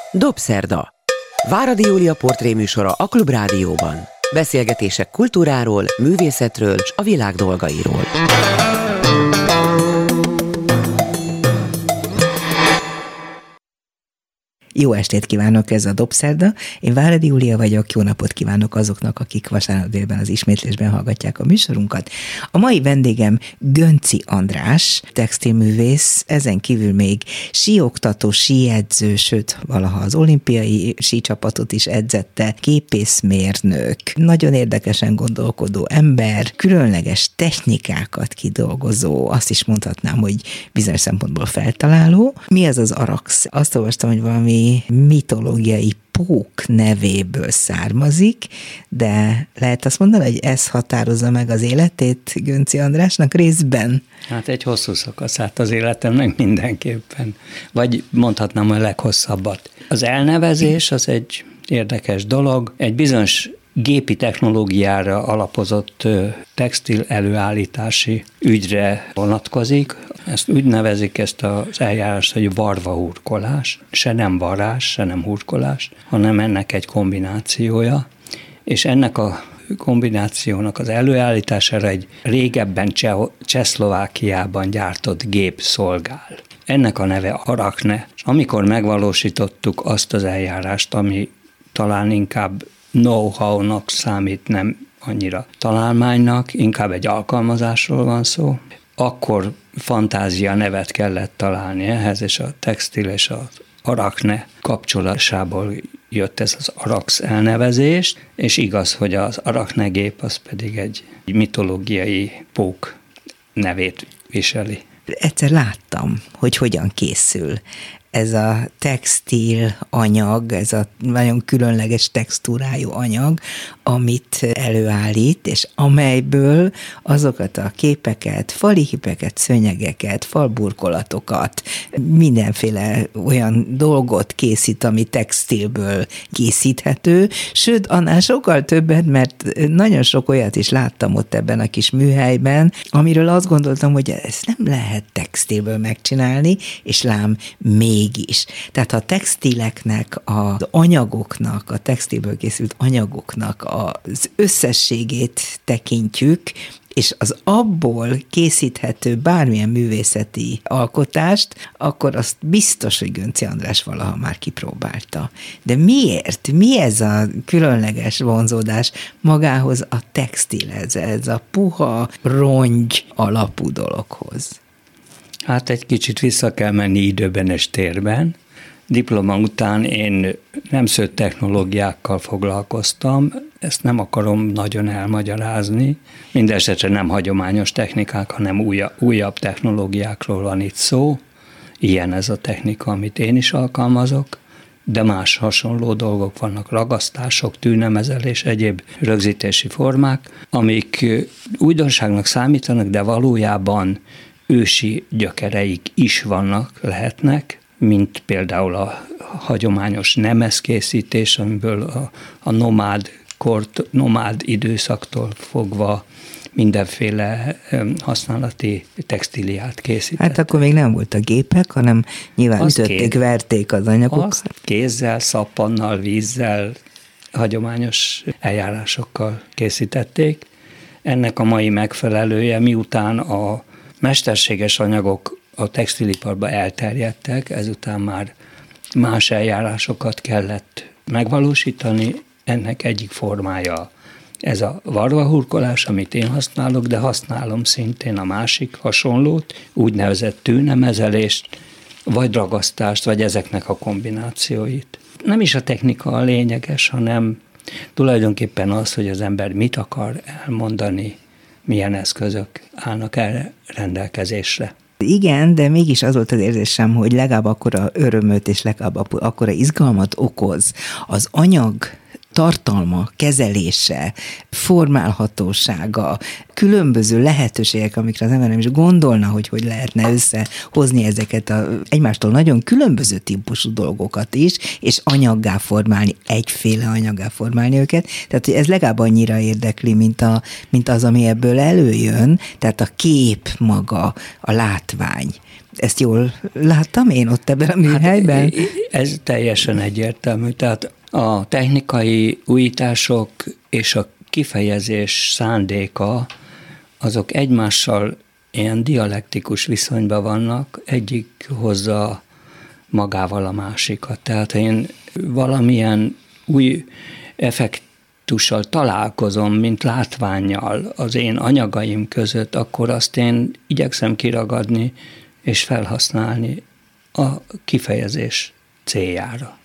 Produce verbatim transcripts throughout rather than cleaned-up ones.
Dobszerda. Váradi Júlia portréműsora a Klubrádióban. Beszélgetések kultúráról, művészetről és a világ dolgairól. Jó estét kívánok, ez a Dobszerda. Én Váradi Júlia vagyok, jó napot kívánok azoknak, akik vasárnap délben az ismétlésben hallgatják a műsorunkat. A mai vendégem Gönczi András, textilművész, ezen kívül még síoktató, síedző, sőt, valaha az olimpiai sícsapatot is edzette, képészmérnök, nagyon érdekesen gondolkodó ember, különleges technikákat kidolgozó, azt is mondhatnám, hogy bizonyos szempontból feltaláló. Mi az az Arax? Azt olvastam, hogy valami mitológiai pók nevéből származik, de lehet azt mondani, hogy ez határozza meg az életét Gönczi Andrásnak részben? Hát egy hosszú szakaszát az életemnek mindenképpen, vagy mondhatnám a leghosszabbat. Az elnevezés az egy érdekes dolog, egy bizonyos gépi technológiára alapozott textil előállítási ügyre vonatkozik. Ezt úgy nevezik ezt az eljárást, hogy varvahurkolás. Se nem varrás, se nem hurkolás, hanem ennek egy kombinációja. És ennek a kombinációnak az előállítására egy régebben Csehszlovákiában gyártott gép szolgál. Ennek a neve Arakne. És amikor megvalósítottuk azt az eljárást, ami talán inkább know-how-nak számít, nem annyira találmánynak, inkább egy alkalmazásról van szó, akkor fantázia nevet kellett találni ehhez, és a textil és az Arakne kapcsolatából jött ez az Arax elnevezés, és igaz, hogy az Arakne gép az pedig egy mitológiai pók nevét viseli. Egyszer láttam, hogy hogyan készül ez a textil anyag, ez a nagyon különleges textúrájú anyag, amit előállít, és amelyből azokat a képeket, falihipeket, szőnyegeket, falburkolatokat, mindenféle olyan dolgot készít, ami textilből készíthető, sőt, annál sokkal többet, mert nagyon sok olyat is láttam ott ebben a kis műhelyben, amiről azt gondoltam, hogy ezt nem lehet textilből megcsinálni, és lám mégis. Tehát a textileknek, az anyagoknak, a textilből készült anyagoknak az összességét tekintjük, és az abból készíthető bármilyen művészeti alkotást, akkor azt biztos, hogy Gönczi András valaha már kipróbálta. De miért? Mi ez a különleges vonzódás magához a textilhez, ez a puha, rongy alapú dologhoz? Hát egy kicsit vissza kell menni időben és térben. Diploma után én nem szőttechnológiákkal foglalkoztam, ezt nem akarom nagyon elmagyarázni. Mindenesetre nem hagyományos technikák, hanem újabb, újabb technológiákról van itt szó. Ilyen ez a technika, amit én is alkalmazok, de más hasonló dolgok vannak, ragasztások, tűnemezelés, egyéb rögzítési formák, amik újdonságnak számítanak, de valójában ősi gyökereik is vannak, lehetnek, mint például a hagyományos nemezkészítés, amiből a, a nomád kort, nomád időszaktól fogva mindenféle használati textíliát készített. Hát akkor még nem volt a gépek, hanem nyilván az ütötték, kéz, verték az anyagokat. Azt kézzel, szappannal, vízzel, hagyományos eljárásokkal készítették. Ennek a mai megfelelője, miután a mesterséges anyagok a textiliparba elterjedtek, ezután már más eljárásokat kellett megvalósítani. Ennek egyik formája ez a varvahurkolás, amit én használok, de használom szintén a másik hasonlót, úgynevezett tűnemezelést, vagy ragasztást, vagy ezeknek a kombinációit. Nem is a technika a lényeges, hanem tulajdonképpen az, hogy az ember mit akar elmondani, milyen eszközök állnak erre rendelkezésre. Igen, de mégis az volt az érzésem, hogy legalább akkora örömöt és legalább akkora izgalmat okoz az anyag tartalma, kezelése, formálhatósága, különböző lehetőségek, amikre az ember nem is gondolna, hogy hogy lehetne összehozni ezeket a egymástól nagyon különböző típusú dolgokat is, és anyaggá formálni, egyféle anyaggá formálni őket. Tehát, hogy ez legalább annyira érdekli, mint, a, mint az, ami ebből előjön, tehát a kép maga, a látvány. Ezt jól láttam én ott ebben a műhelyben? Hát ez teljesen egyértelmű. Tehát a technikai újítások és a kifejezés szándéka, azok egymással ilyen dialektikus viszonyban vannak, egyik hozza magával a másikat. Tehát ha én valamilyen új effektussal találkozom, mint látvánnyal az én anyagaim között, akkor azt én igyekszem kiragadni és felhasználni a kifejezés céljára.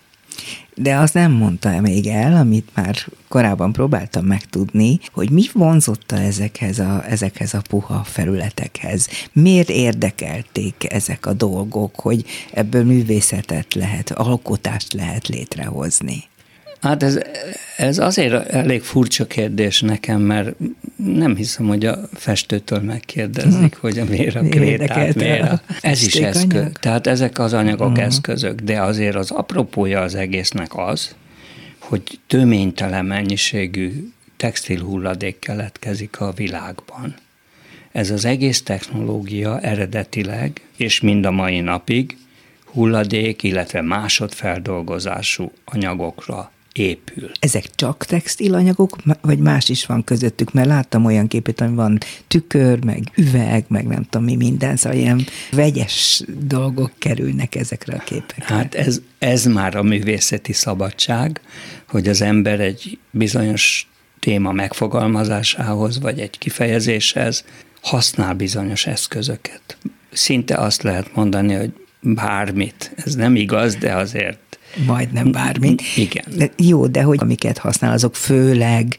De azt nem mondta még el, amit már korábban próbáltam megtudni, hogy mi vonzotta ezekhez a, ezekhez a puha felületekhez. Miért érdekelték ezek a dolgok, hogy ebből művészetet lehet, alkotást lehet létrehozni? Hát ez, ez azért elég furcsa kérdés nekem, mert nem hiszem, hogy a festőtől megkérdezik, hogy a miért a krétát, miért a... Ez is eszköz. Tehát ezek az anyagok uh-huh. eszközök, de azért az apropója az egésznek az, hogy töménytelen mennyiségű textil hulladék keletkezik a világban. Ez az egész technológia eredetileg, és mind a mai napig hulladék, illetve másodfeldolgozású anyagokra épül. Ezek csak textilanyagok, vagy más is van közöttük? Mert láttam olyan képet, ami van tükör, meg üveg, meg nem tudom mi minden, szóval ilyen vegyes dolgok kerülnek ezekre a képekre. Hát ez, ez már a művészeti szabadság, hogy az ember egy bizonyos téma megfogalmazásához, vagy egy kifejezéshez használ bizonyos eszközöket. Szinte azt lehet mondani, hogy bármit. Ez nem igaz, de azért majdnem bármit. Igen. De jó, de hogy amiket használ, azok főleg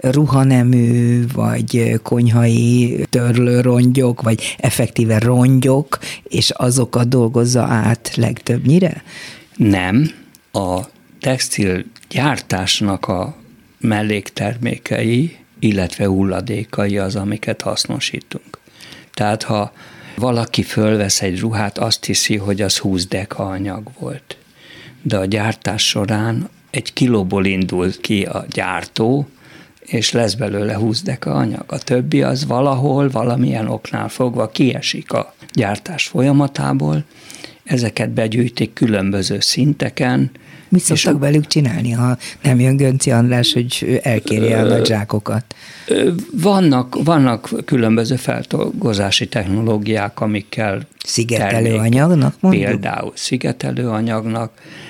ruhanemű, vagy konyhai törlőrongyok, vagy effektíve rongyok, és azokat dolgozza át legtöbbnyire? Nem. A textil gyártásnak a melléktermékei, illetve hulladékai az, amiket hasznosítunk. Tehát ha valaki fölvesz egy ruhát, azt hiszi, hogy az húsz deka anyag volt. De a gyártás során egy kilóból indul ki a gyártó, és lesz belőle húsz deka anyag. A többi az valahol, valamilyen oknál fogva kiesik a gyártás folyamatából. Ezeket begyűjtik különböző szinteken. Mit szoktak velük csinálni, ha nem jön Gönci András, hogy elkérje a nagy zsákokat? Vannak, vannak különböző feldolgozási technológiák, amikkel szigetelőanyagnak mondjuk? Például szigetelőanyagnak.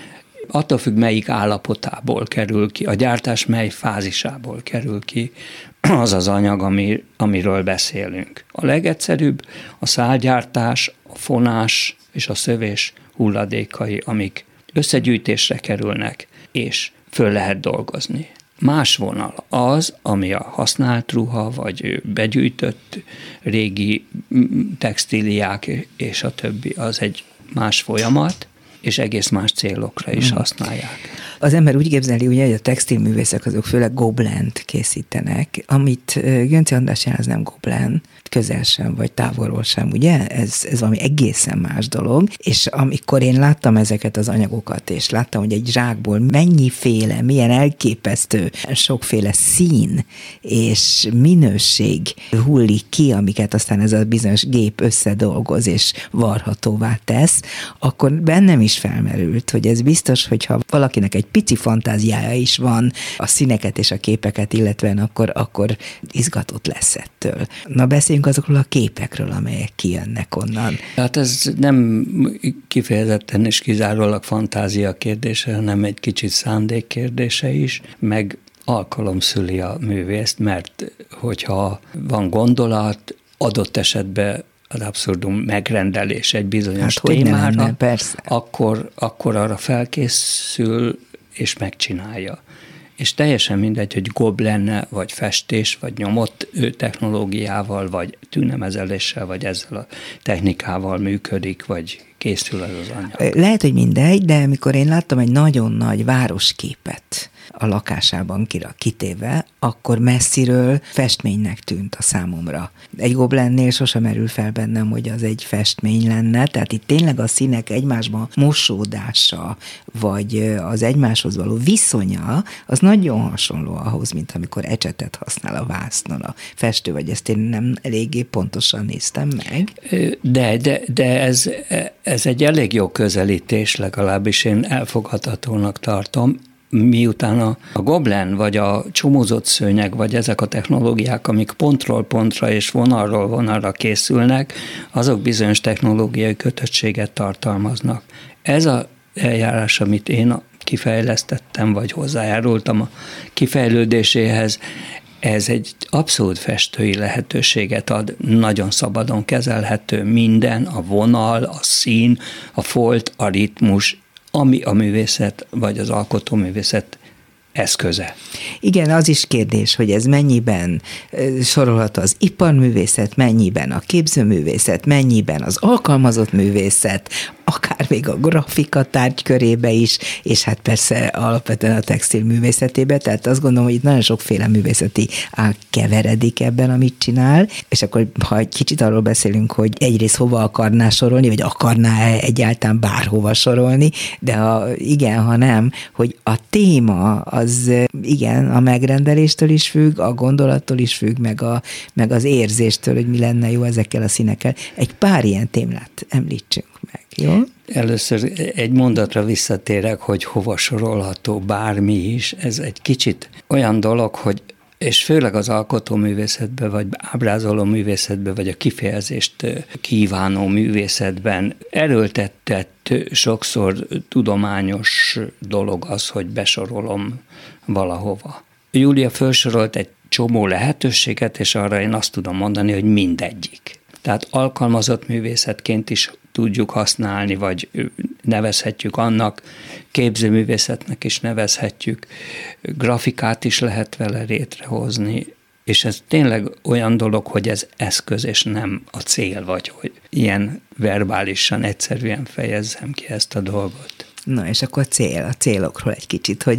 Attól függ, melyik állapotából kerül ki, a gyártás mely fázisából kerül ki az az anyag, ami, amiről beszélünk. A legegyszerűbb a szálgyártás, a fonás és a szövés hulladékai, amik összegyűjtésre kerülnek, és föl lehet dolgozni. Más vonal az, ami a használt ruha, vagy begyűjtött régi textíliák, és a többi, az egy más folyamat, és egész más célokra is használják. Az ember úgy képzeli, ugye, hogy a textilművészek azok főleg goblent készítenek, amit Gönci András csinál, az nem goblen, közel sem, vagy távolról sem, ugye? Ez, ez valami egészen más dolog, és amikor én láttam ezeket az anyagokat, és láttam, hogy egy zsákból mennyiféle, milyen elképesztő, sokféle szín és minőség hullik ki, amiket aztán ez a bizonyos gép összedolgoz és varhatóvá tesz, akkor bennem is felmerült, hogy ez biztos, hogyha valakinek egy pici fantáziája is van a színeket és a képeket illetően, akkor, akkor izgatott lesz ettől. Na, beszéljünk azokról a képekről, amelyek kijönnek onnan. Hát ez nem kifejezetten és kizárólag fantázia kérdése, hanem egy kicsit szándék kérdése is, meg alkalom szüli a művészt, mert hogyha van gondolat, adott esetben az abszurdum megrendelés egy bizonyos hát, témára, lenne, persze. Akkor, akkor arra felkészül és megcsinálja. És teljesen mindegy, hogy goblenne, vagy festés, vagy nyomott technológiával, vagy tűnemezeléssel, vagy ezzel a technikával működik, vagy készül ez az anyag. Lehet, hogy mindegy, de amikor én láttam egy nagyon nagy városképet, a lakásában kitéve, akkor messziről festménynek tűnt a számomra. Egy goblennél sosem merül fel bennem, hogy az egy festmény lenne, tehát itt tényleg a színek egymásban mosódása, vagy az egymáshoz való viszonya, az nagyon hasonló ahhoz, mint amikor ecsetet használ a vásznon a festő, vagy ezt én nem eléggé pontosan néztem meg. De, de, de ez, ez egy elég jó közelítés, legalábbis én elfogadhatónak tartom. Miután a, a goblen, vagy a csomózott szőnyeg, vagy ezek a technológiák, amik pontról pontra és vonalról vonalra készülnek, azok bizonyos technológiai kötöttséget tartalmaznak. Ez az eljárás, amit én kifejlesztettem, vagy hozzájárultam a kifejlődéséhez, ez egy abszolút festői lehetőséget ad, nagyon szabadon kezelhető minden, a vonal, a szín, a folt, a ritmus, ami a művészet, vagy az alkotóművészet eszköze. Igen, az is kérdés, hogy ez mennyiben sorolható az iparművészet, mennyiben a képzőművészet, mennyiben az alkalmazott művészet, akár még a grafika tárgykörébe is, és hát persze alapvetően a textil művészetébe, tehát azt gondolom, hogy itt nagyon sokféle művészeti ág keveredik ebben, amit csinál, és akkor ha egy kicsit arról beszélünk, hogy egyrészt hova akarná sorolni, vagy akarná egyáltalán bárhova sorolni, de ha igen, ha nem, hogy a téma az igen, a megrendeléstől is függ, a gondolattól is függ, meg, a, meg az érzéstől, hogy mi lenne jó ezekkel a színekkel. Egy pár ilyen témát említsünk meg, jó? Először egy mondatra visszatérek, hogy hova sorolható bármi is. Ez egy kicsit olyan dolog, hogy és főleg az alkotóművészetben, vagy ábrázoló művészetben, vagy a kifejezést kívánó művészetben erőltetett sokszor tudományos dolog az, hogy besorolom valahova. Júlia felsorolt egy csomó lehetőséget, és arra én azt tudom mondani, hogy mindegyik. Tehát alkalmazott művészetként is tudjuk használni, vagy nevezhetjük annak, képzőművészetnek is nevezhetjük, grafikát is lehet vele létrehozni, és ez tényleg olyan dolog, hogy ez eszköz, és nem a cél, vagy hogy ilyen verbálisan egyszerűen fejezzem ki ezt a dolgot. Na, és akkor cél, a célokról egy kicsit, hogy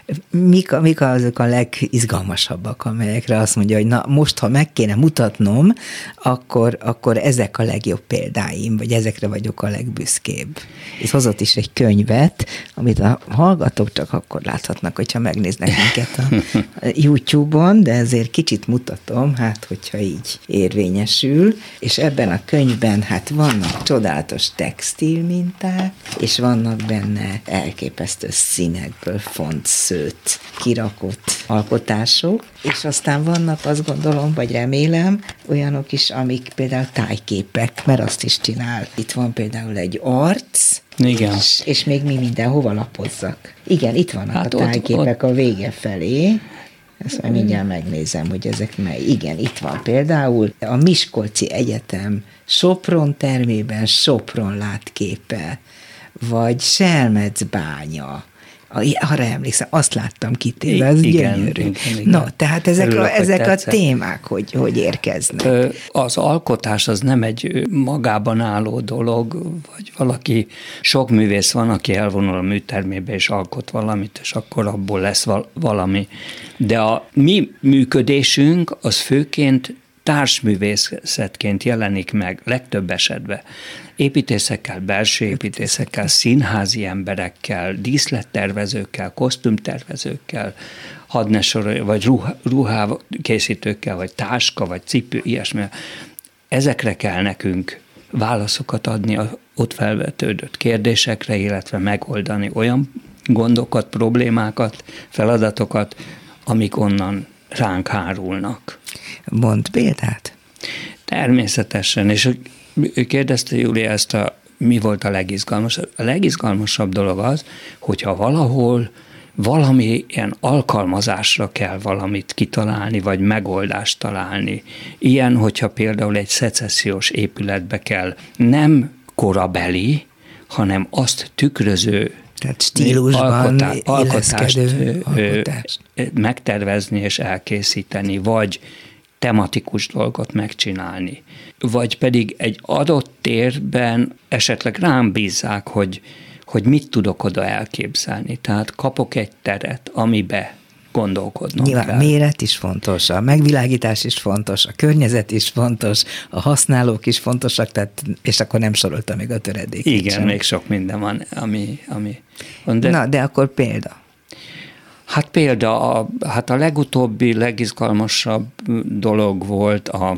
mik, mik azok a legizgalmasabbak, amelyekre azt mondja, hogy na most, ha meg kéne mutatnom, akkor, akkor ezek a legjobb példáim, vagy ezekre vagyok a legbüszkébb. És hozott is egy könyvet, amit a hallgatók csak akkor láthatnak, hogyha megnéznek minket a YouTube-on, de ezért kicsit mutatom, hát hogyha így érvényesül, és ebben a könyvben hát vannak csodálatos textil minták, és vannak benne elképesztő színekből font, szőtt, kirakott alkotások, és aztán vannak, azt gondolom, vagy remélem, olyanok is, amik például tájképek, mert azt is csinál. Itt van például egy arc, igen. És, és még mi mindenhova lapozzak. Igen, itt vannak hát a tájképek ott, ott... a vége felé. Ezt már mindjárt megnézem, hogy ezek mely. Igen, itt van például a Miskolci Egyetem Sopron termében Sopron látképe, vagy Selmecbánya. Arra emlékszem, azt láttam kitéve, az igen, gyönyörű. Igen, igen. No, tehát ezek, Örülök, a, ezek a témák, hogy, hogy érkeznek. Az alkotás az nem egy magában álló dolog, vagy valaki, sok művész van, aki elvonul a műtermébe és alkot valamit, és akkor abból lesz valami. De a mi működésünk az főként társművészetként jelenik meg legtöbb esetben. Építészekkel, belső építészekkel, színházi emberekkel, díszlettervezőkkel, kosztümtervezőkkel, hadd ne sorolj, vagy ruha, ruhákészítőkkel, vagy táska, vagy cipő, ilyesmi. Ezekre kell nekünk válaszokat adni a ott felvetődött kérdésekre, illetve megoldani olyan gondokat, problémákat, feladatokat, amik onnan ránk hárulnak. Mond példát? Természetesen, és kérdezte Júlia ezt a, mi volt a legizgalmasabb. A legizgalmasabb dolog az, hogyha valahol valami ilyen alkalmazásra kell valamit kitalálni, vagy megoldást találni. Ilyen, hogyha például egy szecessziós épületbe kell nem korabeli, hanem azt tükröző tehát stílusban alkotá, alkotást, alkotást megtervezni és elkészíteni, vagy tematikus dolgot megcsinálni. Vagy pedig egy adott térben esetleg rám bízzák, hogy, hogy mit tudok oda elképzelni. Tehát kapok egy teret, amibe gondolkodnom Nyilván kell. a méret is fontos, a megvilágítás is fontos, a környezet is fontos, a használók is fontosak, tehát, és akkor nem sorolta még a töredékét. Igen, sem. még sok minden van, ami... ami de, Na, de akkor példa. Hát példa, a, hát a legutóbbi, legizgalmasabb dolog volt, a,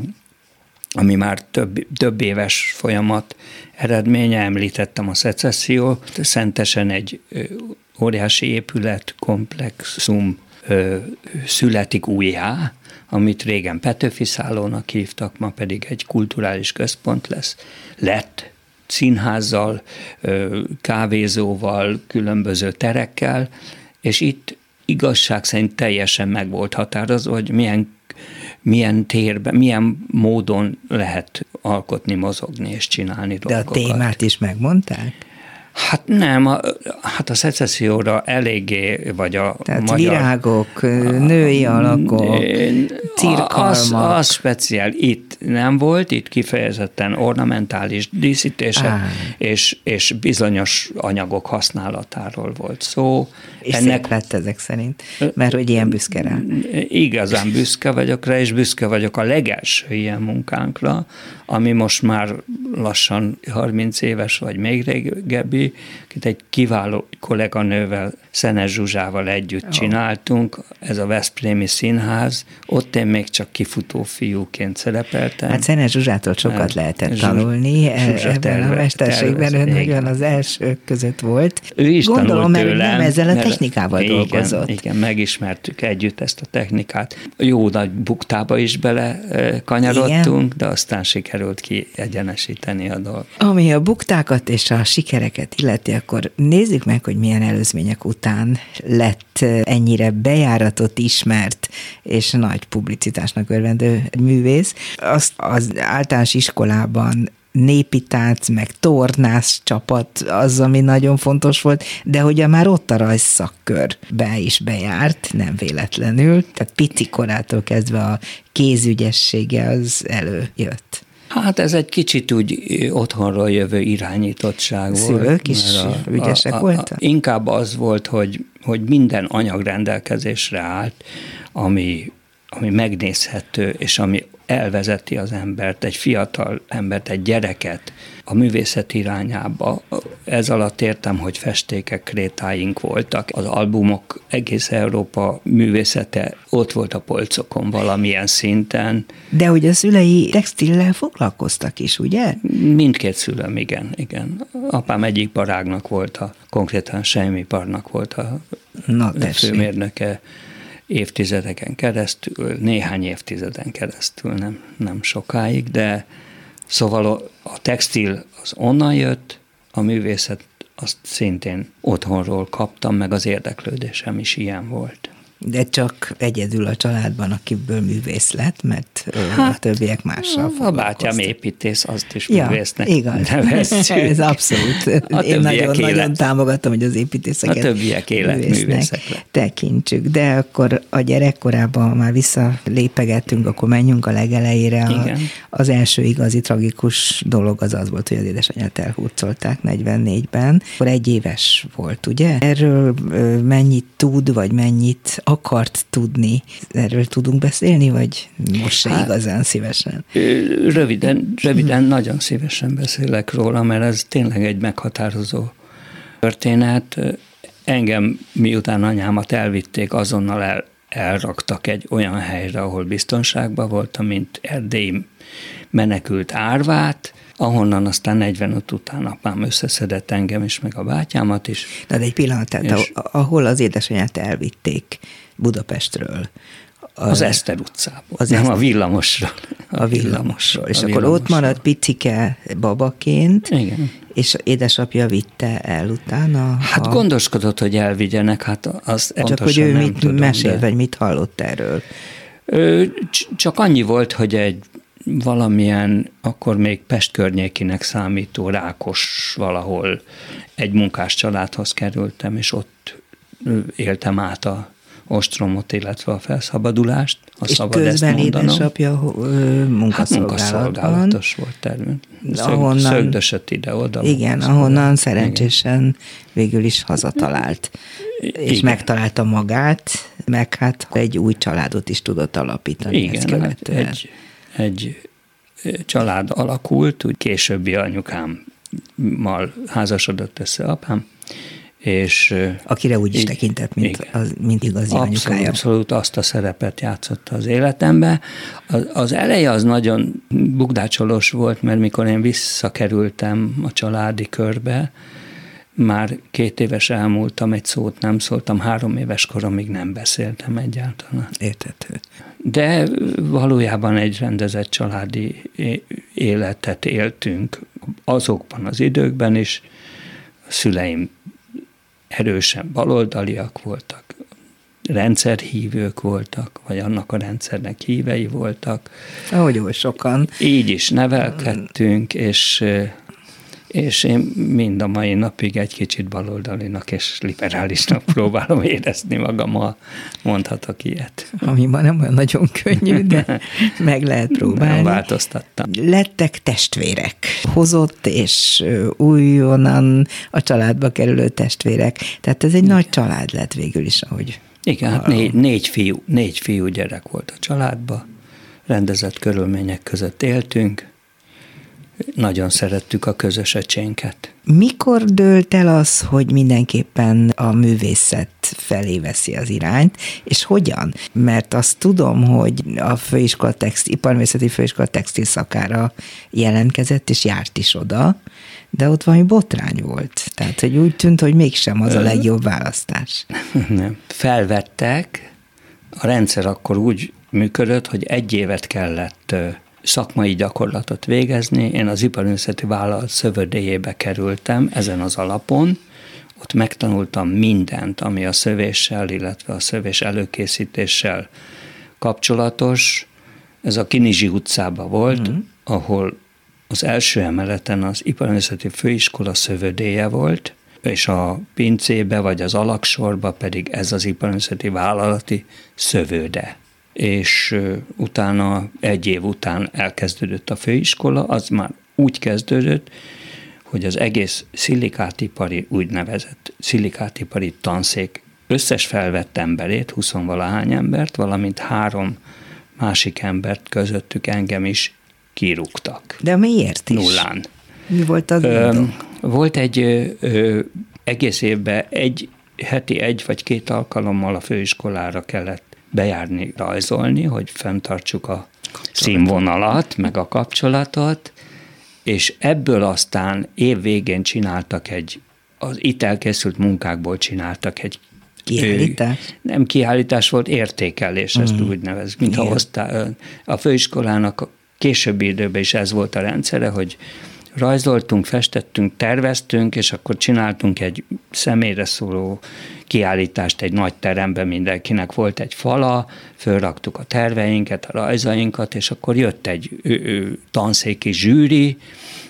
ami már több, több éves folyamat eredménye, említettem a szecessziót, Szentesen egy óriási épület, komplexum ö, születik újjá, amit régen Petőfi Szállónak hívtak, ma pedig egy kulturális központ lesz, lett színházzal, ö, kávézóval, különböző terekkel, és itt igazság szerint teljesen meg volt határozva, hogy milyen, milyen térben, milyen módon lehet alkotni, mozogni és csinálni De dolgokat. a témát is megmondták? Hát nem, a, hát a szecesszióra eléggé, vagy a Tehát magyar... virágok, női alakok, cirkalmak. Az, az speciál itt nem volt, itt kifejezetten ornamentális díszítések, és, és bizonyos anyagok használatáról volt szó. És Ennek... szép lett ezek szerint, mert hogy ilyen büszke rá. Igazán büszke vagyok rá, és büszke vagyok a legelső ilyen munkánkra, ami most már lassan harminc éves, vagy még régebbi, akit egy kiváló kolléganővel, Szenes Zsuzsával együtt oh. csináltunk, ez a Veszprémi Színház, ott én még csak kifutó fiúként szerepeltem. Hát Szenes Zsuzsától sokat lehetett Zsuzs, tanulni, Zsuzsa ebben terve, a mesterségben ön nagyon az elsők között volt. Ő is Gondolom, tanult tőlem. Nem ezzel a technikával igen, dolgozott. Igen, megismertük együtt ezt a technikát. Jó nagy buktába is bele kanyarodtunk, igen. De aztán sikerült kiegyenesíteni a dolgot. Ami a buktákat és a sikereket illeti, akkor nézzük meg, hogy milyen előzmények után lett ennyire bejáratott, ismert és nagy publicitásnak örvendő művész. Azt az általános iskolában népi tánc, meg tornász csapat az, ami nagyon fontos volt, de ugye már ott a rajzszakkörbe is bejárt, nem véletlenül, tehát pici korától kezdve a kézügyessége az előjött. Hát ez egy kicsit úgy otthonról jövő irányítottság volt. Szülők is a, ügyesek a, a, voltak? Inkább az volt, hogy, hogy minden anyag rendelkezésre állt, ami, ami megnézhető, és ami elvezeti az embert, egy fiatal embert, egy gyereket a művészet irányába. Ez alatt értem, hogy festékek, krétáink voltak. Az albumok, egész Európa művészete ott volt a polcokon valamilyen szinten. De hogy a szülei textillel foglalkoztak is, ugye? Mindkét szülőm, igen, igen. Apám egyik barágnak volt, a, konkrétan sejmiparnak volt a Na, főmérnöke, évtizedeken keresztül, néhány évtizeden keresztül, nem, nem sokáig, de szóval a textil az onnan jött, a művészet azt szintén otthonról kaptam, meg az érdeklődésem is ilyen volt. De csak egyedül a családban, akiből művész lett, mert hát, a többiek mással foglalkoztak. A bátyám építész, azt is ja, művésznek nevezzük. Ez abszolút. Én nagyon-nagyon támogatom, hogy az építészeket a többiek életművészek tekintsük. De akkor a gyerekkorában már visszalépegettünk, akkor menjünk a legelejére. A, az első igazi tragikus dolog az az volt, hogy az édesanyját elhurcolták negyvennégyben. Akkor egy éves volt, ugye? Erről mennyit tud, vagy mennyit akart tudni? Erről tudunk beszélni, vagy most se hát, igazán szívesen? Röviden, röviden nagyon szívesen beszélek róla, mert ez tényleg egy meghatározó történet. Engem, miután anyámat elvitték, azonnal el, elraktak egy olyan helyre, ahol biztonságban voltam, mint erdélyi menekült árvát, ahonnan aztán negyvenöt után apám összeszedett engem is, meg a bátyámat is. Na de egy pillanat, tehát ahol az édesanyját elvitték Budapestről. A, az Eszter utcából, az nem Eszter, a villamosról. A villamosról. És a akkor villamosról. Ott maradt picike babaként, igen. És édesapja vitte el utána? Hát a... gondoskodott, hogy elvigyenek, hát azt csak hogy ő nem mit tudom, mesél, de... vagy mit hallott erről? Ő, csak annyi volt, hogy egy valamilyen, akkor még Pest környékinek számító Rákos valahol egy munkás családhoz kerültem, és ott éltem át a ostromot, illetve a felszabadulást. A és szabad közben édesapja munkaszolgálatban. Hát munkaszolgálatos volt természetesen. Ahonnan, szögdösött ide-oda. Igen, ahonnan szerencsésen igen. végül is hazatalált. Igen. És megtalálta magát, meg hát egy új családot is tudott alapítani. Igen, hát egy, egy család alakult, úgy későbbi anyukámmal házasodott össze apám, és akire úgy is így, tekintett, mint, az, mint igazi abszolút, anyukája. Abszolút azt a szerepet játszotta az életemben. Az, az eleje az nagyon bukdácsolós volt, mert mikor én visszakerültem a családi körbe, már két éves elmúltam, egy szót nem szóltam, három éves koromig nem beszéltem egyáltalán. Érthető. De valójában egy rendezett családi életet éltünk azokban az időkben is. A szüleim erősen baloldaliak voltak, rendszerhívők voltak, vagy annak a rendszernek hívei voltak. Ahogy oly sokan. Így is nevelkedtünk, és, és én mind a mai napig egy kicsit baloldalinak és liberálisnak próbálom érezni magam, ha mondhatok ilyet. Ami ma nem olyan nagyon könnyű, de meg lehet próbálni. Nem változtattam. Lettek testvérek, hozott és újonnan a családba kerülő testvérek. Tehát ez egy igen. nagy család lett végül is, ahogy... Igen, hát négy, négy, fiú, négy fiú gyerek volt a családban, rendezett körülmények között éltünk, nagyon szerettük a közös öcsénket. Mikor dőlt el az, hogy mindenképpen a művészet felé veszi az irányt, és hogyan? Mert azt tudom, hogy a főiskola textil, iparművészeti főiskola textil szakára jelentkezett, és járt is oda, de ott valami botrány volt. Tehát, hogy úgy tűnt, hogy mégsem az a legjobb választás. Nem. Felvettek, a rendszer akkor úgy működött, hogy egy évet kellett szakmai gyakorlatot végezni. Én az iparművészeti vállalat szövődélyébe kerültem ezen az alapon. Ott megtanultam mindent, ami a szövéssel, illetve a szövés előkészítéssel kapcsolatos. Ez a Kinizsi utcában volt, mm. ahol az első emeleten az iparművészeti főiskola szövődélye volt, és a pincébe vagy az alaksorba pedig ez az iparművészeti vállalati szövőde. És utána egy év után elkezdődött a főiskola, az már úgy kezdődött, hogy az egész szilikátipari, úgynevezett szilikátipari tanszék összes felvett emberét, huszonvalahány embert, valamint három másik embert, közöttük engem is kirúgtak. De miért is? Nullán. Mi volt az ö, Volt egy ö, ö, egész évben egy heti egy vagy két alkalommal a főiskolára kellett bejárni, rajzolni, hogy fenntartsuk a színvonalat, meg a kapcsolatot, és ebből aztán év végén csináltak egy, az itt elkészült munkákból csináltak egy kiállítás? Ő, nem kiállítás volt, értékelés, mm. ezt úgy nevezik, mintha osztály, a főiskolának a későbbi időben is ez volt a rendszere, hogy rajzoltunk, festettünk, terveztünk, és akkor csináltunk egy személyre szóló kiállítást egy nagy teremben, mindenkinek volt egy fala, fölraktuk a terveinket, a rajzainkat, és akkor jött egy ő, ő, tanszéki zsűri,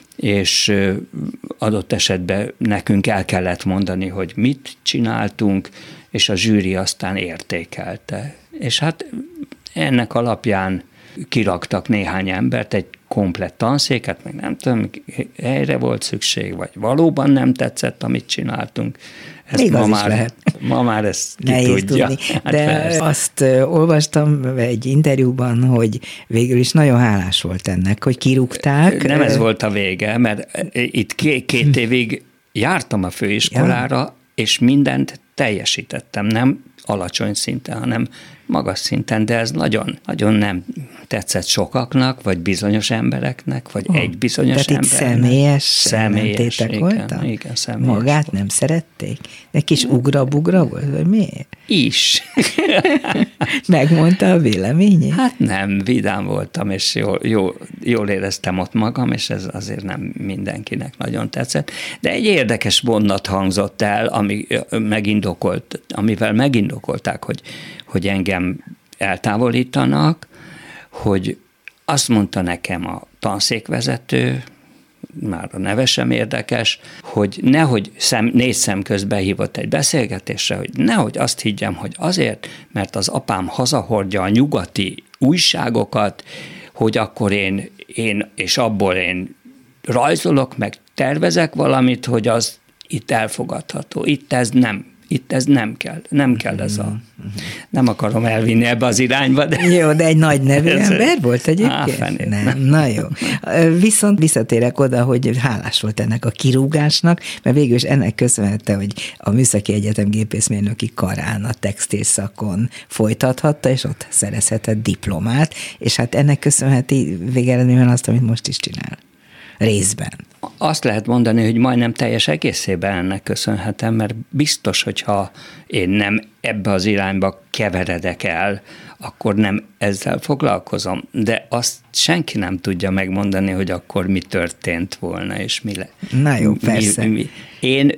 és adott esetben nekünk el kellett mondani, hogy mit csináltunk, és a zsűri aztán értékelte. És hát ennek alapján kiraktak néhány embert, egy komplett tanszéket, meg nem tudom, helyre volt szükség, vagy valóban nem tetszett, amit csináltunk. Ezt Még ma az már, is lehet. Ma már ezt ki Nehéz tudja. Tudni. Hát de persze. azt olvastam egy interjúban, hogy végül is nagyon hálás volt ennek, hogy kirúgták. Nem ez volt a vége, mert itt két évig jártam a főiskolára, ja. és mindent teljesítettem, nem alacsony szinten, hanem magas szinten, de ez nagyon, nagyon nem tetszett sokaknak, vagy bizonyos embereknek, vagy oh, egy bizonyos tehát embernek. Tehát itt személyes, személyes igen, voltam? Igen, személyes. Magát volt. Nem szerették? Egy kis ugra-bugra volt, vagy miért? Is. Megmondta a véleményét? Hát nem, vidám voltam, és jól, jól, jól éreztem ott magam, és ez azért nem mindenkinek nagyon tetszett. De egy érdekes mondat hangzott el, ami megindokolt, amivel megindokolták, hogy, hogy engem eltávolítanak, hogy azt mondta nekem a tanszékvezető, már a neve sem érdekes, hogy nehogy szem, négy szem közben hívott egy beszélgetésre, hogy nehogy azt higgyem, hogy azért, mert az apám hazahordja a nyugati újságokat, hogy akkor én, én és abból én rajzolok, meg tervezek valamit, hogy az itt elfogadható. Itt ez nem. Itt ez nem kell. Nem kell ez a... Nem akarom elvinni ebbe az irányba, de... Jó, de egy nagy nevű ember volt egyébként? Á, nem, nem, na jó. Viszont visszatérek oda, hogy hálás volt ennek a kirúgásnak, mert végül is ennek köszönhette, hogy a Műszaki Egyetem gépészmérnöki karán a textil szakon folytathatta, és ott szerezhetett diplomát, és hát ennek köszönheti végeredményben azt, amit most is csinál. Részben. Azt lehet mondani, hogy majdnem teljes egészében ennek köszönhetem, mert biztos, hogyha én nem ebbe az irányba keveredek el, akkor nem ezzel foglalkozom. De azt senki nem tudja megmondani, hogy akkor mi történt volna, és mi le. Na jó, persze. Mi, mi. Én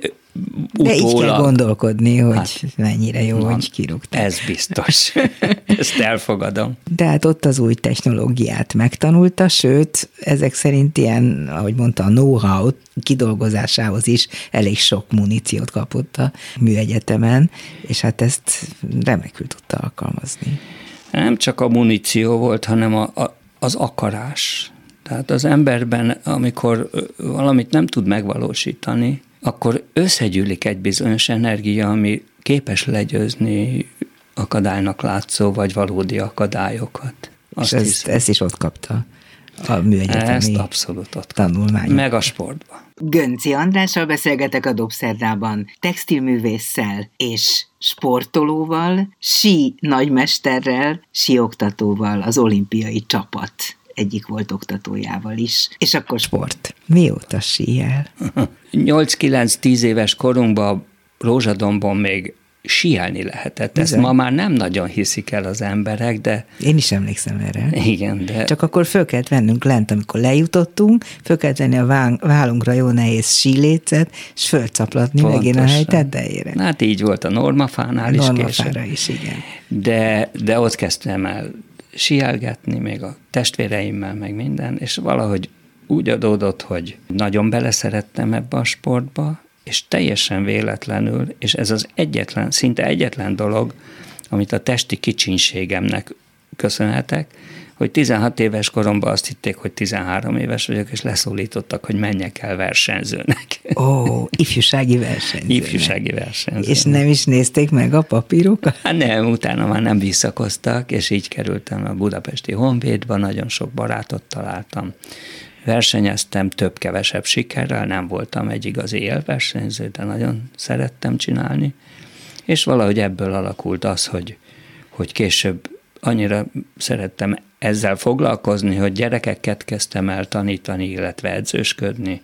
de utólag... így kell gondolkodni, hogy hát, mennyire jó, na, hogy kirúgták. Ez biztos. Ezt elfogadom. De hát ott az új technológiát megtanulta, sőt, ezek szerint ilyen, ahogy mondta, a know-how kidolgozásához is elég sok muníciót kapott a műegyetemen, és hát ezt remekül tudta alkalmazni. Nem csak a muníció volt, hanem a, a, az akarás. Tehát az emberben, amikor valamit nem tud megvalósítani, akkor összegyűlik egy bizonyos energia, ami képes legyőzni akadálynak látszó, vagy valódi akadályokat. Azt és ezt, ezt is ott kapta a műegyetemi ezt abszolút ott tanulmányok. Meg a sportban. Gönczy Andrással beszélgetek a Dobszerdában, textilművésszel és sportolóval, sí nagymesterrel, sí oktatóval, az olimpiai csapat egyik volt oktatójával is. És akkor sport. Mióta síel? nyolc-kilenc-tíz éves korunkban Rózsadombon még síelni lehetett. Ezt Bizony. ma már nem nagyon hiszik el az emberek, de... Én is emlékszem erre. Igen, de... Csak akkor föl kellett vennünk lent, amikor lejutottunk, föl kellett venni a vállunkra jó nehéz sílécet, és fölcaplatni megint a hely tetejére. Hát így volt a Normafánál is Normafára is, igen. De, de ott kezdtem el síelgetni, még a testvéreimmel, meg minden, és valahogy úgy adódott, hogy nagyon beleszerettem ebbe a sportba, és teljesen véletlenül, és ez az egyetlen, szinte egyetlen dolog, amit a testi kicsinségemnek köszönhetek, hogy tizenhat éves koromban azt hitték, hogy tizenhárom éves vagyok, és leszólítottak, hogy menjek el versenyzőnek. Ó, ifjúsági versenyzőnek. Ifjúsági versenyzőnek. És nem is nézték meg a papírokat? Hát nem, utána már nem visszakoztak, és így kerültem a Budapesti Honvédba, nagyon sok barátot találtam. Versenyeztem több-kevesebb sikerrel, nem voltam egy igazi élversenyző, de nagyon szerettem csinálni, és valahogy ebből alakult az, hogy, hogy később annyira szerettem ezzel foglalkozni, hogy gyerekeket kezdtem el tanítani, illetve edzősködni.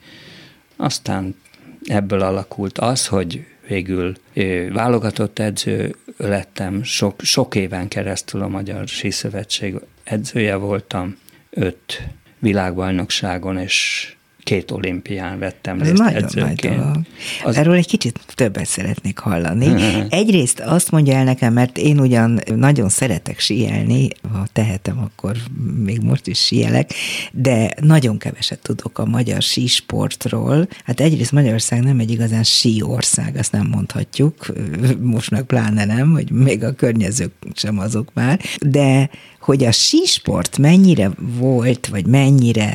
Aztán ebből alakult az, hogy végül válogatott edző lettem, sok, sok éven keresztül a Magyar Síszövetség edzője voltam, öt világbajnokságon és két olimpián vettem részt nagyon edzőként. Nagy Az... Erről egy kicsit többet szeretnék hallani. Egyrészt azt mondja el nekem, mert én ugyan nagyon szeretek síelni, ha tehetem, akkor még most is síelek, de nagyon keveset tudok a magyar sísportról. Hát egyrészt Magyarország nem egy igazán sí ország, azt nem mondhatjuk, most meg pláne nem, hogy még a környezők sem azok már, de hogy a sísport mennyire volt, vagy mennyire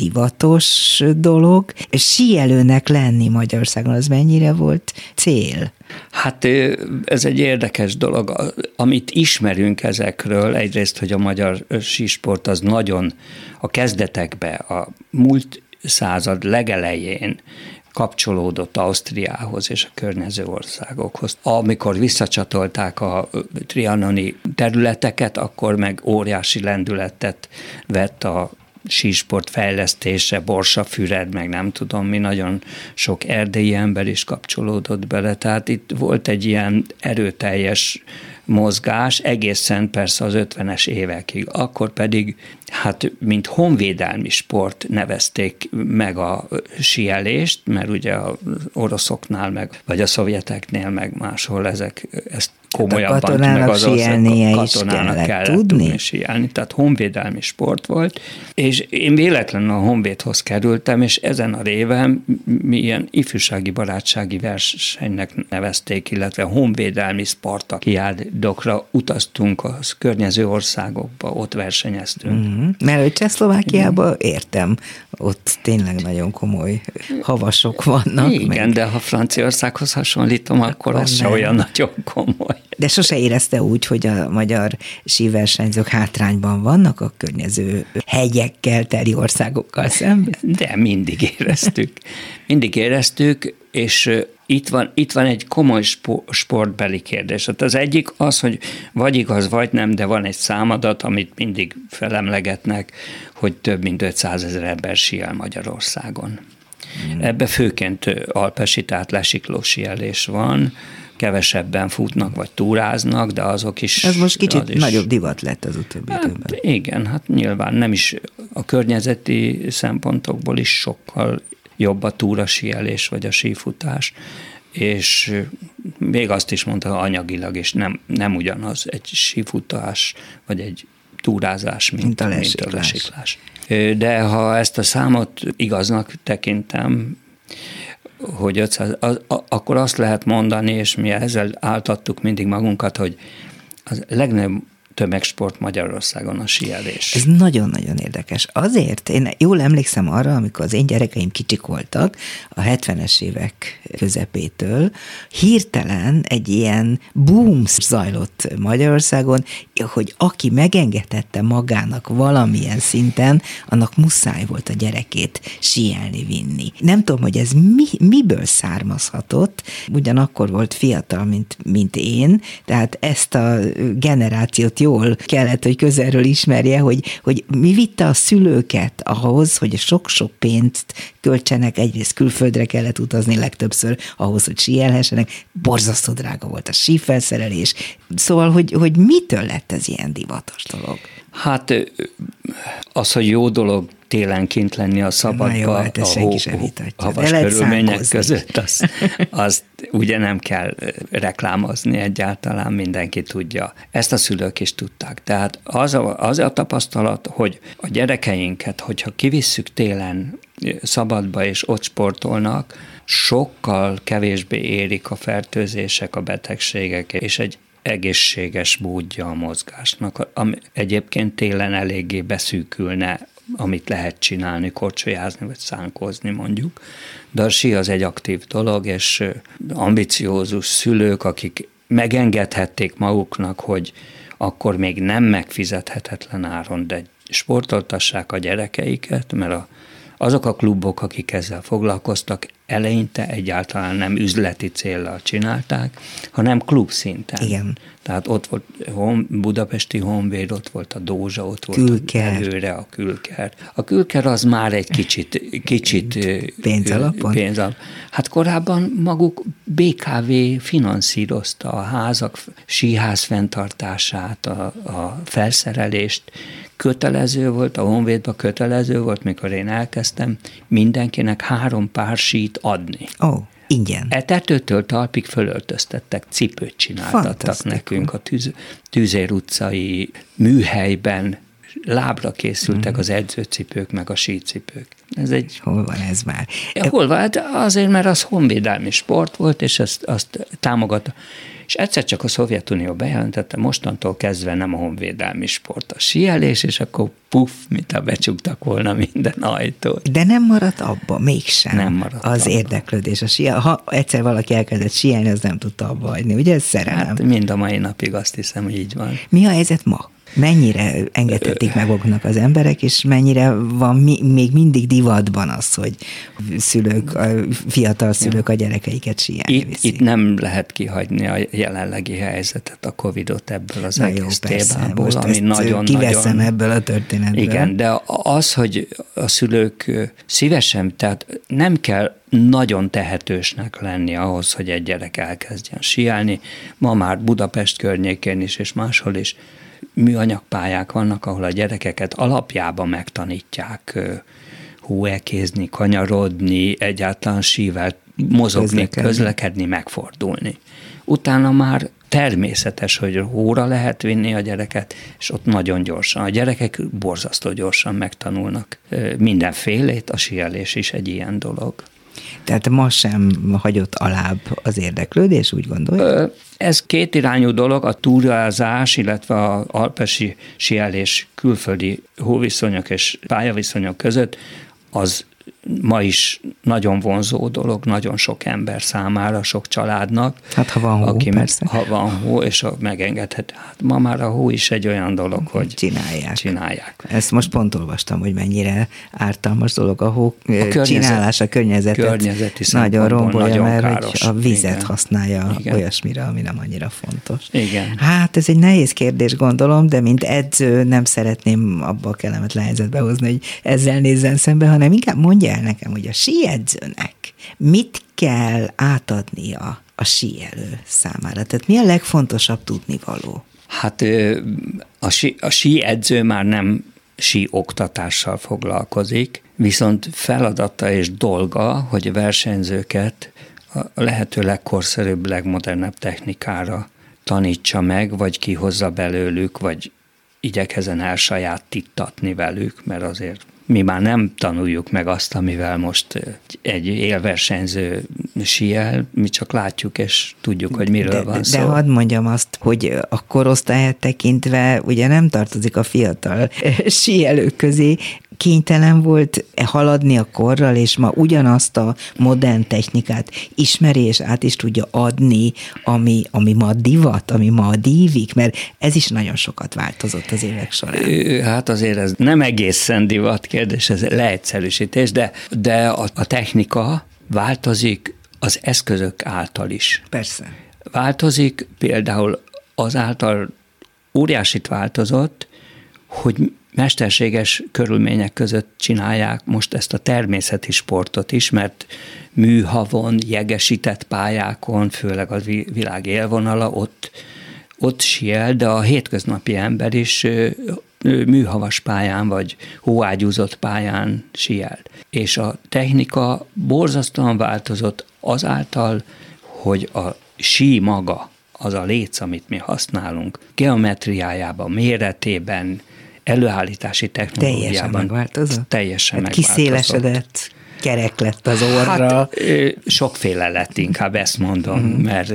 divatos dolog, és síelőnek lenni Magyarországon, az mennyire volt cél? Hát ez egy érdekes dolog, amit ismerünk ezekről, egyrészt, hogy a magyar sísport az nagyon a kezdetekben, a múlt század legelején kapcsolódott Ausztriához és a környező országokhoz. Amikor visszacsatolták a trianoni területeket, akkor meg óriási lendületet vett a sísport fejlesztése, Borsafüred, meg nem tudom mi, nagyon sok erdélyi ember is kapcsolódott bele, tehát itt volt egy ilyen erőteljes mozgás, egészen persze az ötvenes évekig. Akkor pedig, hát mint honvédelmi sport nevezték meg a síelést, mert ugye az oroszoknál, meg, vagy a szovjeteknél, meg máshol ezek ezt komolyabban, katonának meg az síelnie is katonának kellett, kellett tudni. tudni síelni, tehát honvédelmi sport volt, és én véletlenül a Honvédhoz kerültem, és ezen a réven mi ilyen ifjúsági barátsági versenynek nevezték, illetve honvédelmi spartakiádokra utaztunk az környező országokba, ott versenyeztünk. Mm-hmm. Mert hogy Csehszlovákiában értem, ott tényleg nagyon komoly havasok vannak. Igen, meg. De ha Franciaországhoz hasonlítom, akkor, akkor az se olyan nagyon komoly. De sose érezte úgy, hogy a magyar síversenyzők hátrányban vannak a környező hegyekkel, teli országokkal szemben? De mindig éreztük. Mindig éreztük, és itt van, itt van egy komoly sportbeli kérdés. Hát az egyik az, hogy vagy igaz, vagy nem, de van egy számadat, amit mindig felemlegetnek, hogy több mint ötszázezer ember síel Magyarországon. Mm. Ebbe főként alpesi, tehát lesikló síelés van, kevesebben futnak vagy túráznak, de azok is... Ez most kicsit is, nagyobb divat lett az utóbbi hát, időben. Igen, hát nyilván nem is a környezeti szempontokból is sokkal jobb a túrasíelés vagy a sífutás, és még azt is mondta, anyagilag is nem, nem ugyanaz egy sífutás vagy egy túrázás, mint, mint a lesiklás. Mint a lesiklás. De ha ezt a számot igaznak tekintem, hogy ötszáz, az, akkor azt lehet mondani, és mi ezzel áltattuk mindig magunkat, hogy az legnagyobb tömegsport Magyarországon a síelés. Ez nagyon-nagyon érdekes. Azért én jól emlékszem arra, amikor az én gyerekeim kicsik voltak, a hetvenes évek közepétől, hirtelen egy ilyen boom zajlott Magyarországon, hogy aki megengedhette magának valamilyen szinten, annak muszáj volt a gyerekét síelni vinni. Nem tudom, hogy ez mi, miből származhatott, ugyanakkor volt fiatal, mint, mint én, tehát ezt a generációt jól kellett, hogy közelről ismerje, hogy, hogy mi vitte a szülőket ahhoz, hogy sok-sok pénzt költsenek, egyrészt külföldre kellett utazni legtöbbször ahhoz, hogy síelhessenek, borzasztó drága volt a sífelszerelés. Szóval, hogy, hogy mitől lett ez ilyen divatos dolog? Hát az, hogy jó dolog télen kint lenni a szabadba, jó, hát a hó, havas körülmények között, azt, azt ugye nem kell reklámozni egyáltalán, mindenki tudja. Ezt a szülők is tudták. Tehát az a, az a tapasztalat, hogy a gyerekeinket, hogyha kivisszük télen szabadba és ott sportolnak, sokkal kevésbé érik a fertőzések, a betegségek, és egy egészséges módja a mozgásnak, ami egyébként télen eléggé beszűkülne, amit lehet csinálni, korcsolyázni vagy szánkozni mondjuk. De a sí az egy aktív dolog, és ambiciózus szülők, akik megengedhették maguknak, hogy akkor még nem megfizethetetlen áron, de sportoltassák a gyerekeiket, mert a, azok a klubok, akik ezzel foglalkoztak, eleinte egyáltalán nem üzleti céllal csinálták, hanem klub szinten. Igen. Tehát ott volt Hon, Budapesti Honvéd, ott volt a Dózsa, ott volt Külker. Előre a Külker. A Külker az már egy kicsit, kicsit pénzalapon? pénzalap. Hát korábban maguk bé ká vé finanszírozta a házak, síház fenntartását, a, a felszerelést. Kötelező volt, a Honvédban kötelező volt, mikor én elkezdtem, mindenkinek három pár sít adni. Ó, oh, ingyen. E tetőtől talpig fölöltöztettek, cipőt csináltattak nekünk a tűz, Tűzér utcai műhelyben, lábra készültek mm. az edzőcipők, meg a sícipők. Ez egy... Hol van ez már? Hol van? Azért, mert az honvédelmi sport volt, és ezt, azt támogatta. És egyszer csak a Szovjetunió bejelentette, mostantól kezdve nem a honvédelmi sport, a síelés, és akkor puff, mint ha becsuktak volna minden ajtót. De nem maradt abba, mégsem. Nem maradt az abba. Érdeklődés. A síel, ha egyszer valaki elkezdett síelni, az nem tudta abba hagyni, ugye ez szerelem? Hát mind a mai napig azt hiszem, hogy így van. Mi a helyzet ma? Mennyire engedhetik meg maguknak az emberek, és mennyire van mi, még mindig divatban az, hogy szülők, a fiatal szülők a gyerekeiket síelni itt, viszik? Itt nem lehet kihagyni a jelenlegi helyzetet, a Covidot ebből az Na egész jó, persze, témából, most ami nagyon-nagyon... kiveszem ebből a történetből. Igen, de az, hogy a szülők szívesen, tehát nem kell nagyon tehetősnek lenni ahhoz, hogy egy gyerek elkezdjen síelni. Ma már Budapest környékén is, és máshol is műanyagpályák vannak, ahol a gyerekeket alapjában megtanítják hóekézni, kanyarodni, egyáltalán sível mozogni, közlekedni, közlekedni megfordulni. Utána már természetes, hogy hóra lehet vinni a gyereket, és ott nagyon gyorsan. A gyerekek borzasztó gyorsan megtanulnak mindenfélét, a síelés is egy ilyen dolog. Tehát ma sem hagyott alább az érdeklődés, úgy gondolja? Ez kétirányú dolog, a túrázás, illetve az alpesi síelés külföldi hóviszonyok és pályaviszonyok között, az ma is nagyon vonzó dolog, nagyon sok ember számára, sok családnak. Hát ha van hó, aki, persze. Ha van hó, és megengedhet. Hát ma már a hó is egy olyan dolog, hogy csinálják. csinálják. Ezt most pont olvastam, hogy mennyire ártalmas dolog a hó a csinálás, a környezetet nagyon rombolja, nagyon mert káros. Hogy a vizet igen. használja igen. olyasmire, ami nem annyira fontos. Igen. Hát ez egy nehéz kérdés, gondolom, de mint edző nem szeretném abba a kellemetlen helyzetbe hozni, hogy ezzel nézzen szembe, hanem inkább mondja el nekem, hogy a síedzőnek mit kell átadnia a síelő számára? Tehát mi a legfontosabb tudnivaló? Hát a, sí, a síedző már nem sí oktatással foglalkozik, viszont feladata és dolga, hogy a versenyzőket a lehető legkorszerűbb, legmodernebb technikára tanítsa meg, vagy kihozza belőlük, vagy igyekezzen elsajátítatni velük, mert azért mi már nem tanuljuk meg azt, amivel most egy élversenyző síel, mi csak látjuk és tudjuk, hogy miről de, van de szó. De hadd mondjam azt, hogy a korosztályát tekintve ugye nem tartozik a fiatal síelők közé, kénytelen volt haladni a korral, és ma ugyanazt a modern technikát ismeri, és át is tudja adni, ami, ami ma divat, ami ma dívik, mert ez is nagyon sokat változott az évek során. Hát azért ez nem egészen divat kérdés, ez leegyszerűsítés, de, de a, a technika változik az eszközök által is. Persze. Változik például azáltal óriásit változott, hogy mesterséges körülmények között csinálják most ezt a természeti sportot is, mert műhavon, jegesített pályákon, főleg a világ élvonala, ott, ott siel, de a hétköznapi ember is műhavas pályán, vagy hóágyúzott pályán siel. És a technika borzasztóan változott azáltal, hogy a sí maga, az a léc, amit mi használunk, geometriájában, méretében, előállítási technológiában. Teljesen megváltozott? Teljesen hát megváltozott. Kiszélesedett, kerek lett az orra. Hát sokféle lett, inkább ezt mondom, mm. mert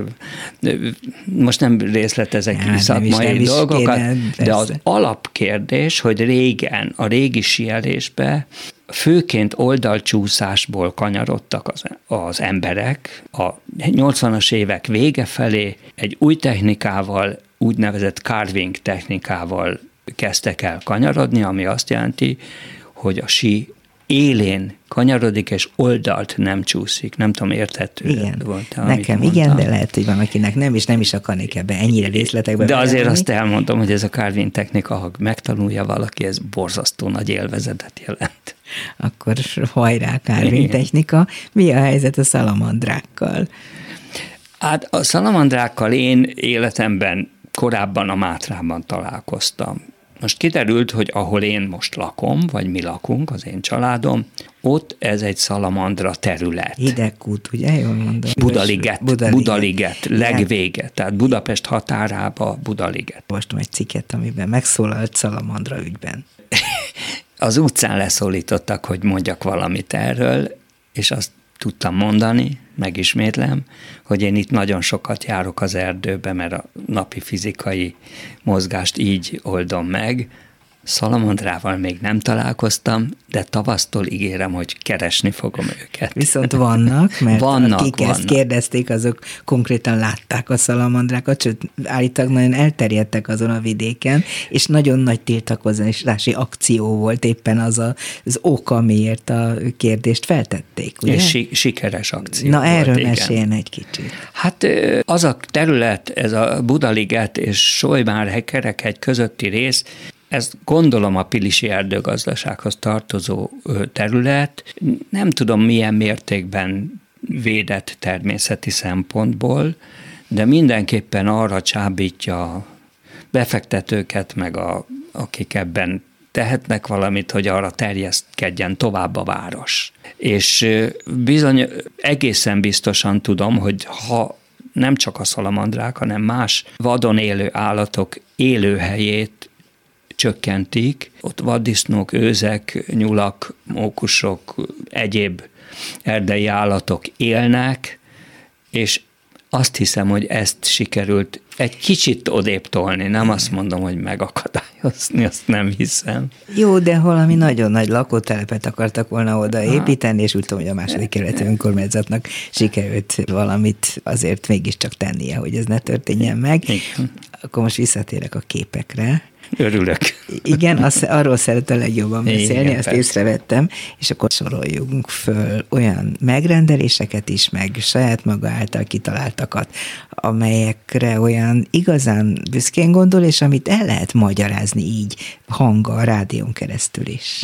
most nem részletezek ja, szakmai dolgokat, kéne, de az alapkérdés, hogy régen, a régi síelésbe főként oldalcsúszásból kanyarodtak az, az emberek. A nyolcvanas évek vége felé egy új technikával, úgynevezett carving technikával kezdtek el kanyarodni, ami azt jelenti, hogy a sí élén kanyarodik, és oldalt nem csúszik. Nem tudom, érthető igen. volt. Nekem igen, de lehet, hogy van, akinek nem, és nem is akarnék ebbe ennyire részletekbe. De azért azt elmondom, hogy ez a carving technika, ha megtanulja valaki, ez borzasztó nagy élvezetet jelent. Akkor hajrá, carving technika. Mi a helyzet a szalamandrákkal? Hát a szalamandrákkal én életemben korábban a Mátrában találkoztam. Most kiderült, hogy ahol én most lakom, vagy mi lakunk, az én családom, ott ez egy szalamandra terület. Hidegkút, ugye? Jól mondom. Budaliget, Budaliget, Budaliget legvége, tehát Budapest határába Budaliget. Olvastam egy cikket, amiben megszólalt szalamandra ügyben. Az utcán leszólítottak, hogy mondjak valamit erről, és azt tudtam mondani, megismétlem, hogy én itt nagyon sokat járok az erdőbe, mert a napi fizikai mozgást így oldom meg. Szalamandrával még nem találkoztam, de tavasztól ígérem, hogy keresni fogom őket. Viszont vannak, mert vannak, akik vannak. ezt kérdezték, azok konkrétan látták a szalamandrákat, sőt, állítólag nagyon elterjedtek azon a vidéken, és nagyon nagy tiltakozási akció volt éppen az a, az ok, amiért a kérdést feltették, ugye? És si- sikeres akció Na, volt, erről igen. meséljen egy kicsit. Hát az a terület, ez a Budaliget és Solymár-Kerekhegy közötti rész, ez gondolom a pilisi erdőgazdasághoz tartozó terület. Nem tudom milyen mértékben védett természeti szempontból, de mindenképpen arra csábítja a befektetőket, meg a, akik ebben tehetnek valamit, hogy arra terjeszkedjen tovább a város. És bizony egészen biztosan tudom, hogy ha nem csak a szalamandrák, hanem más vadon élő állatok élőhelyét csökkentik. Ott vaddisznók, őzek, nyulak, mókusok, egyéb erdei állatok élnek, és azt hiszem, hogy ezt sikerült egy kicsit odébb tolni. Nem azt mondom, hogy megakadályozni, azt nem hiszem. Jó, de valami nagyon nagy lakótelepet akartak volna oda építeni, és úgy tudom, hogy a második kerületi önkormányzatnak sikerült valamit azért mégiscsak tennie, hogy ez ne történjen meg. Igen. Akkor most visszatérek a képekre. Örülök. Igen, az, arról szeret a legjobban beszélni, igen, ezt persze. Észrevettem, és akkor soroljunk föl olyan megrendeléseket is, meg saját maga által kitaláltakat, amelyekre olyan igazán büszkén gondol, és amit el lehet magyarázni így hanggal, a rádión keresztül is.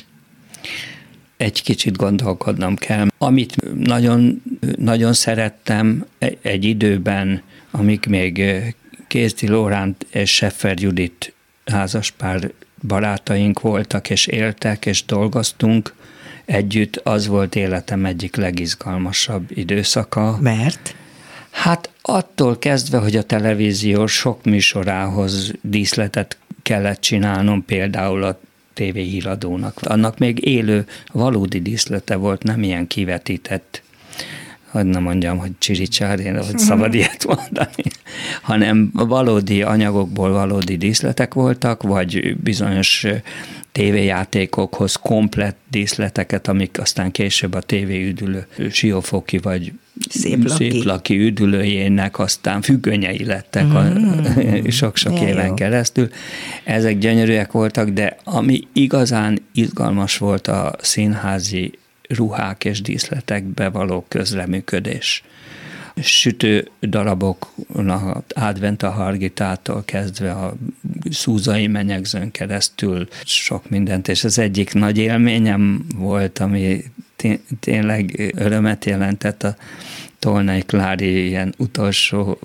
Egy kicsit gondolkodnom kell. Amit nagyon, nagyon szerettem egy időben, amíg még Kézdi Lóránt és Scheffer Judit házaspár barátaink voltak, és éltek, és dolgoztunk együtt, az volt életem egyik legizgalmasabb időszaka. Mert? Hát attól kezdve, hogy a televízió sok műsorához díszletet kellett csinálnom, például a tévéhíradónak. Annak még élő, valódi díszlete volt, nem ilyen kivetített, hogy nem mondjam, hogy csiricsárén, hogy szabad ilyet mondani, hanem valódi anyagokból valódi díszletek voltak, vagy bizonyos tévéjátékokhoz komplett díszleteket, amik aztán később a tévéüdülő siófoki vagy széplaki, széplaki üdülőjének aztán függönyei lettek mm. a sok-sok ja, éven jó. keresztül. Ezek gyönyörűek voltak, de ami igazán izgalmas volt a színházi ruhák és díszletekbe való közreműködés. Sütő darabok, az Adventa Hargitától kezdve a Szúzai menyegzőn keresztül sok mindent, és az egyik nagy élményem volt, ami tényleg örömet jelentett, a Tolnai Klári ilyen utolsó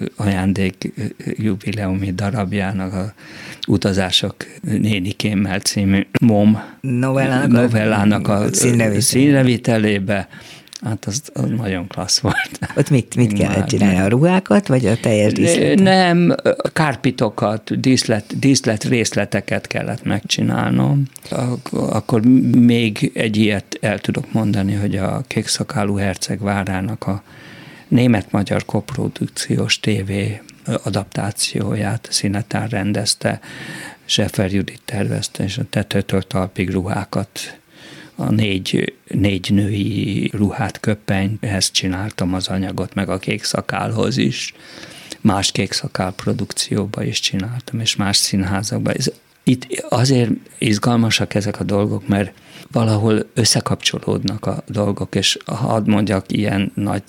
ajándék jubileumi darabjának, a Utazások nénikémmel című mom novellának, novellának a, a színrevitelébe. Hát az, az nagyon klassz volt. Ott mit, mit kellett csinálni? A ruhákat, vagy a teljes díszletet? Nem, kárpitokat, díszlet, díszlet részleteket kellett megcsinálnom. Akkor még egy ilyet el tudok mondani, hogy a Kékszakálú herceg várának a német-magyar koprodukciós tévé adaptációját Színetár rendezte, Scheffer Judit tervezte, és a tetőtől talpig ruhákat, a négy, négy női ruhát, köpenyt, ehhez csináltam az anyagot, meg a Kékszakálhoz is. Más Kékszakál produkcióba is csináltam, és más színházakban. Itt azért izgalmasak ezek a dolgok, mert valahol összekapcsolódnak a dolgok, és hadd mondjak ilyen nagy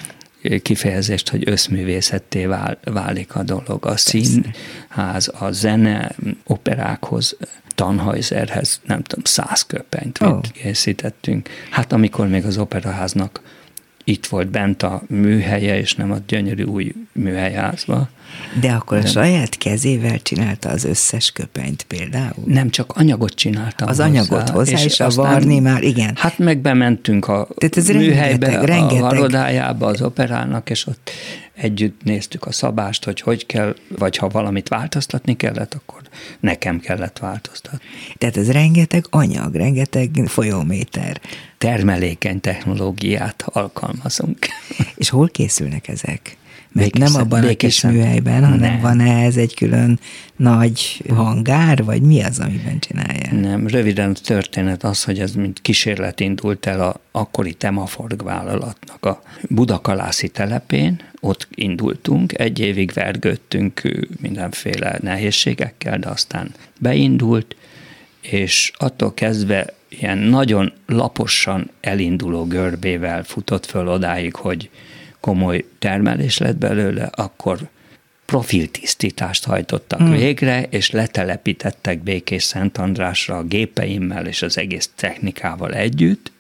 kifejezést, hogy összművészetté válik a dolog. A színház, a zene, operákhoz, Tannhäuserhez, nem tudom, száz köpenyt oh. készítettünk. Hát amikor még az operaháznak itt volt bent a műhelye, és nem a gyönyörű új műhelyházba. De akkor a saját kezével csinálta az összes köpenyt például? Nem, csak anyagot csináltam Az hozzá, anyagot hozzá, és, és a varni már, igen. Hát meg bementünk a műhelybe, rengeteg, rengeteg. a varodájába, az operának, és ott együtt néztük a szabást, hogy hogy kell, vagy ha valamit változtatni kellett, akkor nekem kellett változtatni. Tehát ez rengeteg anyag, rengeteg folyóméter. Termelékeny technológiát alkalmazunk. És hol készülnek ezek? Mert Békészen, nem abban Békészen. a kis műhelyben, hanem van ez egy külön nagy hangár, vagy mi az, amiben csinálják? Nem, röviden a történet az, hogy ez mint kísérlet indult el a akkori Temaforg vállalatnak a Budakalászi telepén, ott indultunk, egy évig vergődtünk mindenféle nehézségekkel, de aztán beindult, és attól kezdve ilyen nagyon laposan elinduló görbével futott föl odáig, hogy komoly termelés lett belőle, akkor profiltisztítást hajtottak hmm. végre, és letelepítettek Békés-Szentandrásra a gépeimmel és az egész technikával együtt,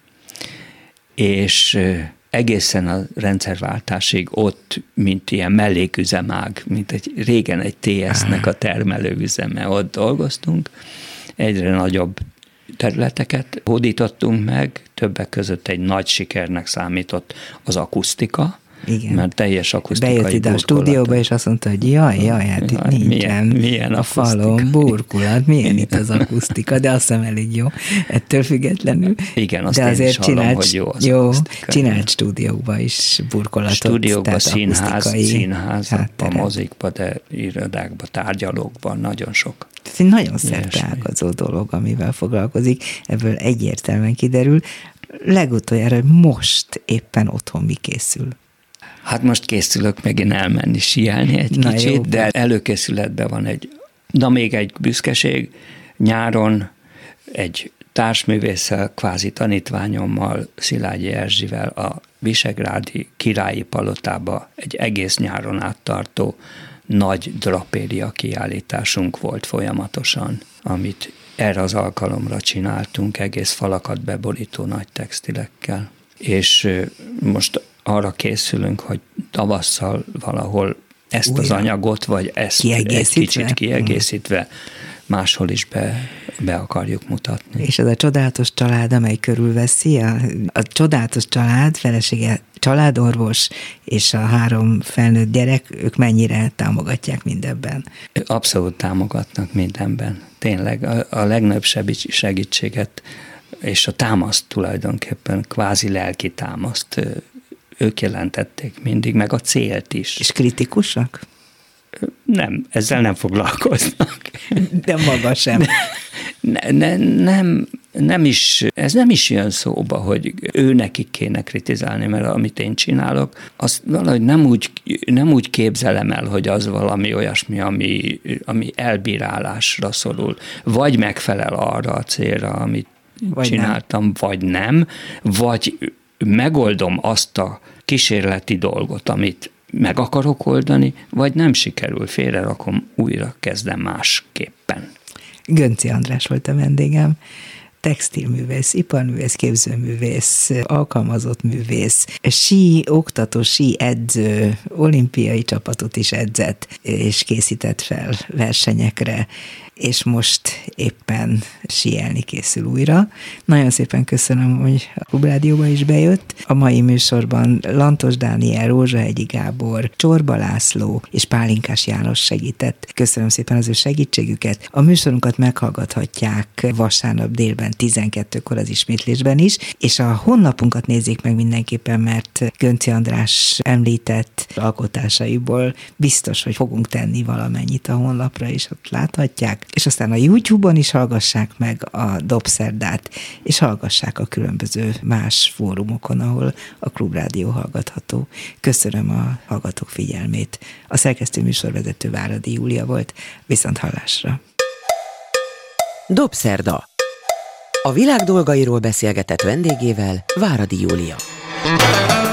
és egészen a rendszerváltásig ott, mint ilyen melléküzemág, mint egy, régen egy té es-nek a termelőüzeme, ott dolgoztunk, egyre nagyobb területeket hódítottunk meg, többek között egy nagy sikernek számított az akusztika, Igen. Mert teljes akusztikai bejött ide a stúdióba, és azt mondta, hogy jaj, jaj, hát itt nincsen milyen, milyen a falon burkolat, milyen itt az akusztika, de azt hiszem elég jó, ettől függetlenül. Igen, azt de én azért is hallom, csinált, hogy jó az jó, akusztika. Csinált stúdiókba is burkolatot. Stúdiókba, színház, színházakban, mozikba, de irodákba, tárgyalókban, nagyon sok. Ez egy nagyon szerteágazó dolog, amivel foglalkozik, ebből egyértelműen kiderül. Legutoljára, hogy most éppen otthon mi készül? Hát most készülök megint elmenni síelni egy Na kicsit, jó. De előkészületben van egy, de még egy büszkeség, nyáron egy társművésszel, kvázi tanítványommal, Szilágyi Erzsivel a Visegrádi Királyi Palotába egy egész nyáron áttartó nagy drapéria kiállításunk volt folyamatosan, amit erre az alkalomra csináltunk, egész falakat beborító nagy textilekkel. És most arra készülünk, hogy tavasszal valahol ezt Újra. az anyagot, vagy ezt egy kicsit kiegészítve máshol is be, be akarjuk mutatni. És ez a csodálatos család, amely körülveszi, a, a csodálatos család, felesége családorvos, és a három felnőtt gyerek, ők mennyire támogatják mindebben? Abszolút támogatnak mindenben. Tényleg a, a legnagyobb segítséget, és a támaszt tulajdonképpen, kvázi lelki támaszt, ők jelentették mindig, meg a célt is. És kritikusak? Nem, ezzel nem foglalkoznak. De maga sem. Ne, ne, nem, nem is, ez nem is jön szóba, hogy ő nekik kéne kritizálni, mert amit én csinálok, azt valahogy nem úgy, nem úgy képzelem el, hogy az valami olyasmi, ami, ami elbírálásra szorul, vagy megfelel arra a célra, amit vagy csináltam, nem. vagy nem, vagy megoldom azt a kísérleti dolgot, amit meg akarok oldani, vagy nem sikerül, félrerakom, újra kezdem másképpen. Gönczy András volt a vendégem, textilművész, iparművész, képzőművész, alkalmazott művész, sí oktató, sí edző, olimpiai csapatot is edzett, és készített fel versenyekre, és most éppen síelni készül újra. Nagyon szépen köszönöm, hogy a Klubrádióba is bejött. A mai műsorban Lantos Dániel, Rózsahegyi Gábor, Csorba László és Pálinkás János segített. Köszönöm szépen az ő segítségüket. A műsorunkat meghallgathatják vasárnap délben tizenkettőkor az ismétlésben is, és a honlapunkat nézzék meg mindenképpen, mert Gönczy András említett alkotásaiból biztos, hogy fogunk tenni valamennyit a honlapra, és ott láthatják. És aztán a YouTube-on is hallgassák meg a Dobszerdát, és hallgassák a különböző más fórumokon, ahol a Klubrádió hallgatható. Köszönöm a hallgatók figyelmét. A szerkesztő műsorvezető Váradi Júlia volt. Viszont hallásra. Dobszerda. A világ dolgairól beszélgetett vendégével Váradi Júlia.